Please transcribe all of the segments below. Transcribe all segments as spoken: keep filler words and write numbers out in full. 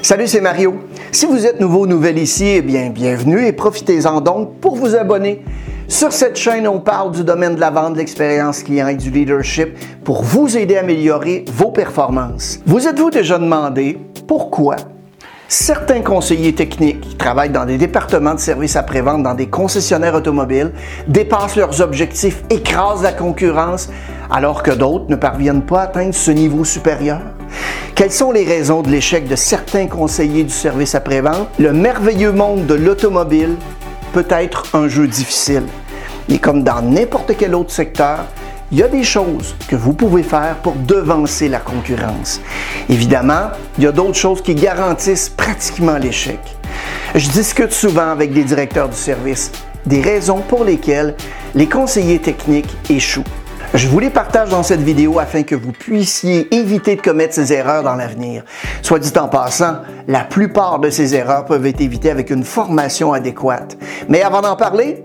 Salut, c'est Mario. Si vous êtes nouveau ou nouvelle ici, eh bien, bienvenue et profitez-en donc pour vous abonner. Sur cette chaîne, on parle du domaine de la vente, de l'expérience client et du leadership pour vous aider à améliorer vos performances. Vous êtes-vous déjà demandé pourquoi certains conseillers techniques qui travaillent dans des départements de services après-vente dans des concessionnaires automobiles dépassent leurs objectifs, écrasent la concurrence, alors que d'autres ne parviennent pas à atteindre ce niveau supérieur? Quelles sont les raisons de l'échec de certains conseillers du service après-vente? Le merveilleux monde de l'automobile peut être un jeu difficile. Et comme dans n'importe quel autre secteur, il y a des choses que vous pouvez faire pour devancer la concurrence. Évidemment, il y a d'autres choses qui garantissent pratiquement l'échec. Je discute souvent avec des directeurs du service des raisons pour lesquelles les conseillers techniques échouent. Je vous les partage dans cette vidéo afin que vous puissiez éviter de commettre ces erreurs dans l'avenir. Soit dit en passant, la plupart de ces erreurs peuvent être évitées avec une formation adéquate. Mais avant d'en parler,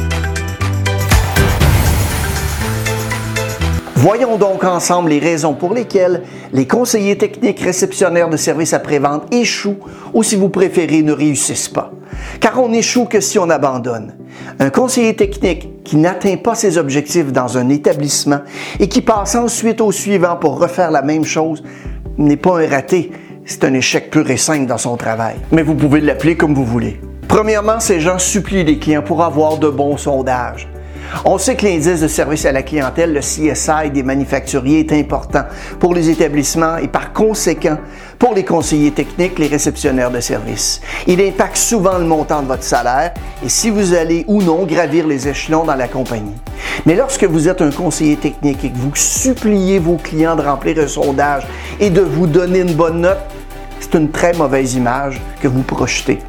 voyons donc ensemble les raisons pour lesquelles les conseillers techniques réceptionnaires de services après-vente échouent ou, si vous préférez, ne réussissent pas. Car on n'échoue que si on abandonne. Un conseiller technique qui n'atteint pas ses objectifs dans un établissement et qui passe ensuite au suivant pour refaire la même chose n'est pas un raté, c'est un échec pur et simple dans son travail. Mais vous pouvez l'appeler comme vous voulez. Premièrement, ces gens supplient les clients pour avoir de bons sondages. On sait que l'indice de service à la clientèle, le C S I des manufacturiers, est important pour les établissements et par conséquent pour les conseillers techniques, les réceptionnaires de services. Il impacte souvent le montant de votre salaire et si vous allez ou non gravir les échelons dans la compagnie. Mais lorsque vous êtes un conseiller technique et que vous suppliez vos clients de remplir un sondage et de vous donner une bonne note, c'est une très mauvaise image que vous projetez.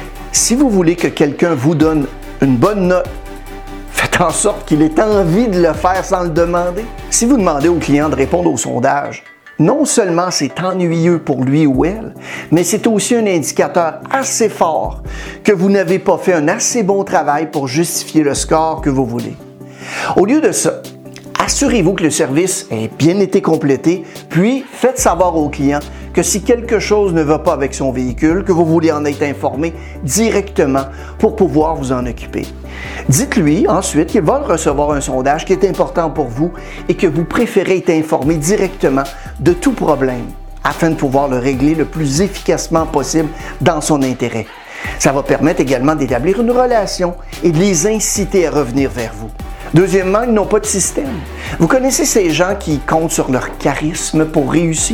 Si vous voulez que quelqu'un vous donne une bonne note, faites en sorte qu'il ait envie de le faire sans le demander. Si vous demandez au client de répondre au sondage, non seulement c'est ennuyeux pour lui ou elle, mais c'est aussi un indicateur assez fort que vous n'avez pas fait un assez bon travail pour justifier le score que vous voulez. Au lieu de ça, assurez-vous que le service ait bien été complété, puis faites savoir au client que si quelque chose ne va pas avec son véhicule, que vous voulez en être informé directement pour pouvoir vous en occuper. Dites-lui ensuite qu'il va recevoir un sondage qui est important pour vous et que vous préférez être informé directement de tout problème afin de pouvoir le régler le plus efficacement possible dans son intérêt. Ça va permettre également d'établir une relation et de les inciter à revenir vers vous. Deuxièmement, ils n'ont pas de système. Vous connaissez ces gens qui comptent sur leur charisme pour réussir?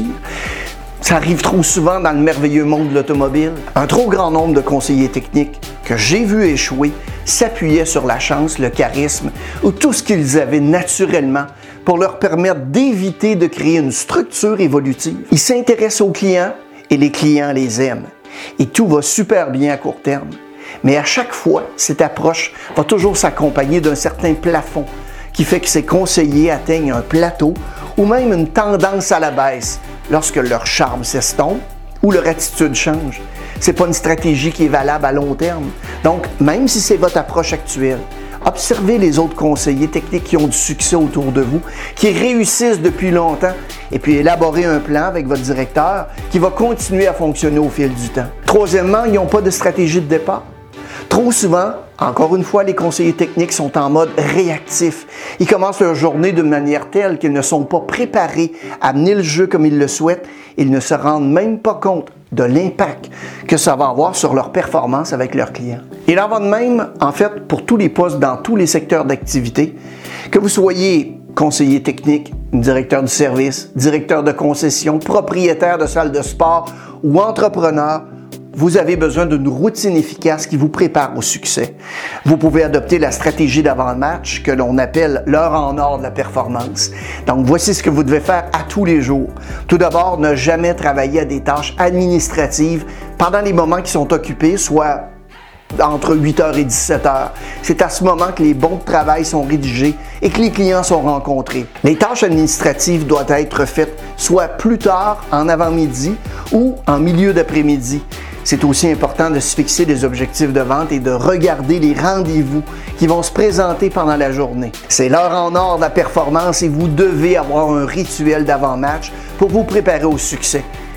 Ça arrive trop souvent dans le merveilleux monde de l'automobile. Un trop grand nombre de conseillers techniques que j'ai vu échouer s'appuyaient sur la chance, le charisme ou tout ce qu'ils avaient naturellement pour leur permettre d'éviter de créer une structure évolutive. Ils s'intéressent aux clients et les clients les aiment. Et tout va super bien à court terme. Mais à chaque fois, cette approche va toujours s'accompagner d'un certain plafond qui fait que ces conseillers atteignent un plateau ou même une tendance à la baisse lorsque leur charme s'estompe ou leur attitude change. Ce n'est pas une stratégie qui est valable à long terme. Donc, même si c'est votre approche actuelle, observez les autres conseillers techniques qui ont du succès autour de vous, qui réussissent depuis longtemps, et puis élaborez un plan avec votre directeur qui va continuer à fonctionner au fil du temps. Troisièmement, ils n'ont pas de stratégie de départ. Trop souvent, encore une fois, les conseillers techniques sont en mode réactif. Ils commencent leur journée de manière telle qu'ils ne sont pas préparés à mener le jeu comme ils le souhaitent. Ils ne se rendent même pas compte de l'impact que ça va avoir sur leur performance avec leurs clients. Il en va de même, en fait, pour tous les postes dans tous les secteurs d'activité. Que vous soyez conseiller technique, directeur du service, directeur de concession, propriétaire de salle de sport ou entrepreneur, vous avez besoin d'une routine efficace qui vous prépare au succès. Vous pouvez adopter la stratégie d'avant-match que l'on appelle l'heure en or de la performance. Donc, voici ce que vous devez faire à tous les jours. Tout d'abord, ne jamais travailler à des tâches administratives pendant les moments qui sont occupés, soit entre huit heures et dix-sept heures. C'est à ce moment que les bons de travail sont rédigés et que les clients sont rencontrés. Les tâches administratives doivent être faites soit plus tard, en avant-midi ou en milieu d'après-midi. C'est aussi important de se fixer des objectifs de vente et de regarder les rendez-vous qui vont se présenter pendant la journée. C'est l'heure en or de la performance et vous devez avoir un rituel d'avant-match pour vous préparer au succès.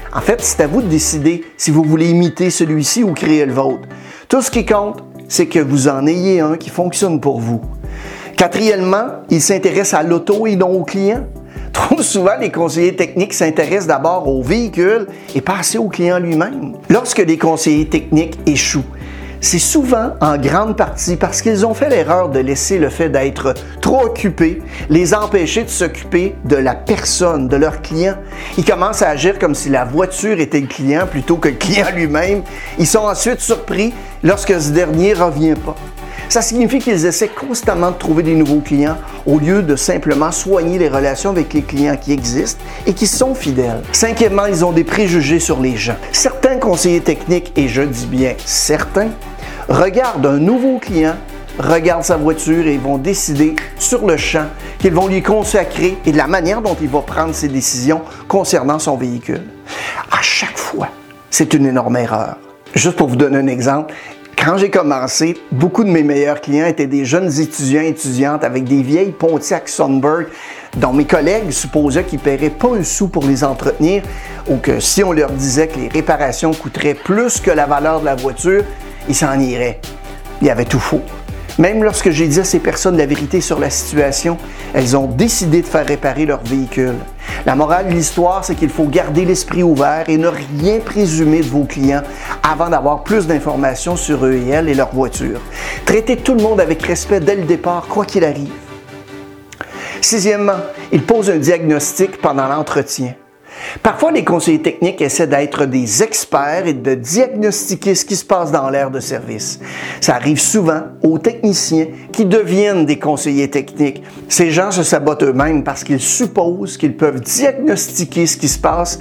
En fait, c'est à vous de décider si vous voulez imiter celui-ci ou créer le vôtre. Tout ce qui compte, c'est que vous en ayez un qui fonctionne pour vous. Quatrièmement, ils s'intéressent à l'auto et non au client. Trop souvent, les conseillers techniques s'intéressent d'abord au véhicule et pas assez au client lui-même. Lorsque les conseillers techniques échouent, c'est souvent en grande partie parce qu'ils ont fait l'erreur de laisser le fait d'être trop occupés les empêcher de s'occuper de la personne, de leur client. Ils commencent à agir comme si la voiture était le client plutôt que le client lui-même. Ils sont ensuite surpris lorsque ce dernier ne revient pas. Ça signifie qu'ils essaient constamment de trouver des nouveaux clients au lieu de simplement soigner les relations avec les clients qui existent et qui sont fidèles. Cinquièmement, ils ont des préjugés sur les gens. Certains conseillers techniques, et je dis bien certains, regardent un nouveau client, regardent sa voiture et vont décider sur le champ qu'ils vont lui consacrer et de la manière dont il va prendre ses décisions concernant son véhicule. À chaque fois, c'est une énorme erreur. Juste pour vous donner un exemple, quand j'ai commencé, beaucoup de mes meilleurs clients étaient des jeunes étudiants et étudiantes avec des vieilles Pontiac Sunbird dont mes collègues supposaient qu'ils ne paieraient pas un sou pour les entretenir ou que si on leur disait que les réparations coûteraient plus que la valeur de la voiture, ils s'en iraient. Il y avait tout faux. Même lorsque j'ai dit à ces personnes la vérité sur la situation, elles ont décidé de faire réparer leur véhicule. La morale de l'histoire, c'est qu'il faut garder l'esprit ouvert et ne rien présumer de vos clients avant d'avoir plus d'informations sur eux et elles et leur voiture. Traitez tout le monde avec respect dès le départ, quoi qu'il arrive. Sixièmement, ils posent un diagnostic pendant l'entretien. Parfois, les conseillers techniques essaient d'être des experts et de diagnostiquer ce qui se passe dans l'aire de service. Ça arrive souvent aux techniciens qui deviennent des conseillers techniques. Ces gens se sabotent eux-mêmes parce qu'ils supposent qu'ils peuvent diagnostiquer ce qui se passe,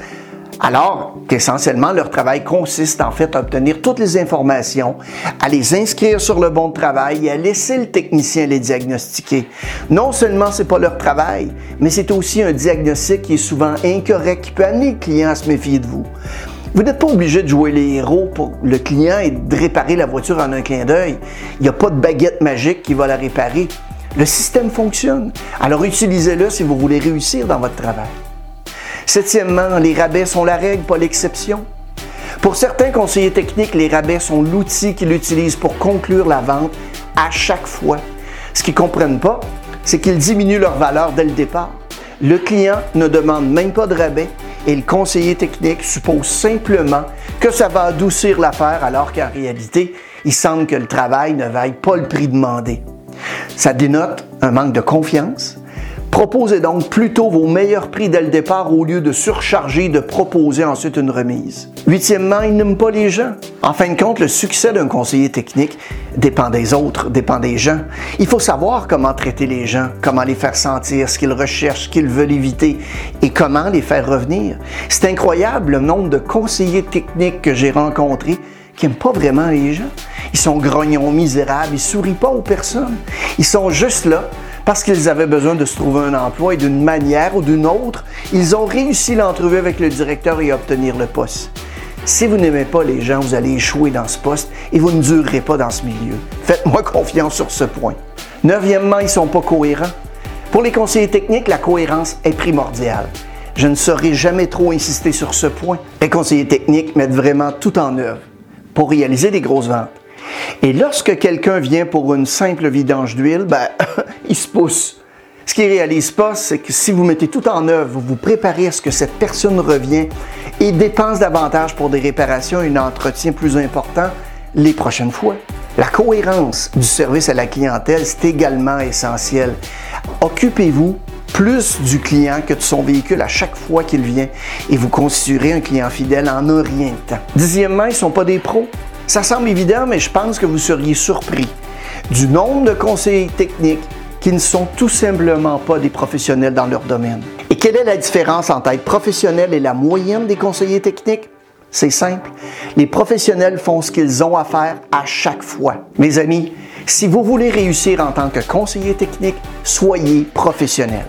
alors qu'essentiellement leur travail consiste en fait à obtenir toutes les informations, à les inscrire sur le bon de travail et à laisser le technicien les diagnostiquer. Non seulement c'est pas leur travail, mais c'est aussi un diagnostic qui est souvent incorrect, qui peut amener le client à se méfier de vous. Vous n'êtes pas obligé de jouer les héros pour le client et de réparer la voiture en un clin d'œil. Il n'y a pas de baguette magique qui va la réparer. Le système fonctionne, alors utilisez-le si vous voulez réussir dans votre travail. Septièmement, les rabais sont la règle, pas l'exception. Pour certains conseillers techniques, les rabais sont l'outil qu'ils utilisent pour conclure la vente à chaque fois. Ce qu'ils ne comprennent pas, c'est qu'ils diminuent leur valeur dès le départ. Le client ne demande même pas de rabais et le conseiller technique suppose simplement que ça va adoucir l'affaire alors qu'en réalité, il semble que le travail ne vaille pas le prix demandé. Ça dénote un manque de confiance. Proposez donc plutôt vos meilleurs prix dès le départ au lieu de surcharger et de proposer ensuite une remise. Huitièmement, ils n'aiment pas les gens. En fin de compte, le succès d'un conseiller technique dépend des autres, dépend des gens. Il faut savoir comment traiter les gens, comment les faire sentir, ce qu'ils recherchent, ce qu'ils veulent éviter et comment les faire revenir. C'est incroyable le nombre de conseillers techniques que j'ai rencontrés qui n'aiment pas vraiment les gens. Ils sont grognons, misérables, ils ne sourient pas aux personnes. Ils sont juste là parce qu'ils avaient besoin de se trouver un emploi et d'une manière ou d'une autre, ils ont réussi l'entrevue avec le directeur et obtenir le poste. Si vous n'aimez pas les gens, vous allez échouer dans ce poste et vous ne durerez pas dans ce milieu. Faites-moi confiance sur ce point. Neuvièmement, ils ne sont pas cohérents. Pour les conseillers techniques, la cohérence est primordiale. Je ne saurais jamais trop insister sur ce point. Les conseillers techniques mettent vraiment tout en œuvre pour réaliser des grosses ventes. Et lorsque quelqu'un vient pour une simple vidange d'huile, ben, il se pousse. Ce qu'il ne réalise pas, c'est que si vous mettez tout en œuvre, vous vous préparez à ce que cette personne revienne et dépense davantage pour des réparations et un entretien plus important les prochaines fois. La cohérence du service à la clientèle, c'est également essentiel. Occupez-vous plus du client que de son véhicule à chaque fois qu'il vient et vous constituerez un client fidèle en un rien de temps. Dixièmement, ils ne sont pas des pros. Ça semble évident, mais je pense que vous seriez surpris du nombre de conseillers techniques qui ne sont tout simplement pas des professionnels dans leur domaine. Et quelle est la différence entre être professionnel et la moyenne des conseillers techniques? C'est simple. Les professionnels font ce qu'ils ont à faire à chaque fois. Mes amis, si vous voulez réussir en tant que conseiller technique, soyez professionnel.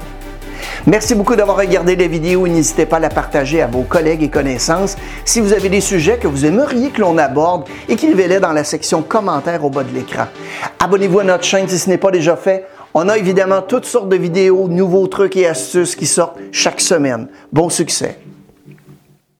Merci beaucoup d'avoir regardé la vidéo et n'hésitez pas à la partager à vos collègues et connaissances. Si vous avez des sujets que vous aimeriez que l'on aborde, écrivez-les dans la section commentaires au bas de l'écran. Abonnez-vous à notre chaîne si ce n'est pas déjà fait. On a évidemment toutes sortes de vidéos, nouveaux trucs et astuces qui sortent chaque semaine. Bon succès!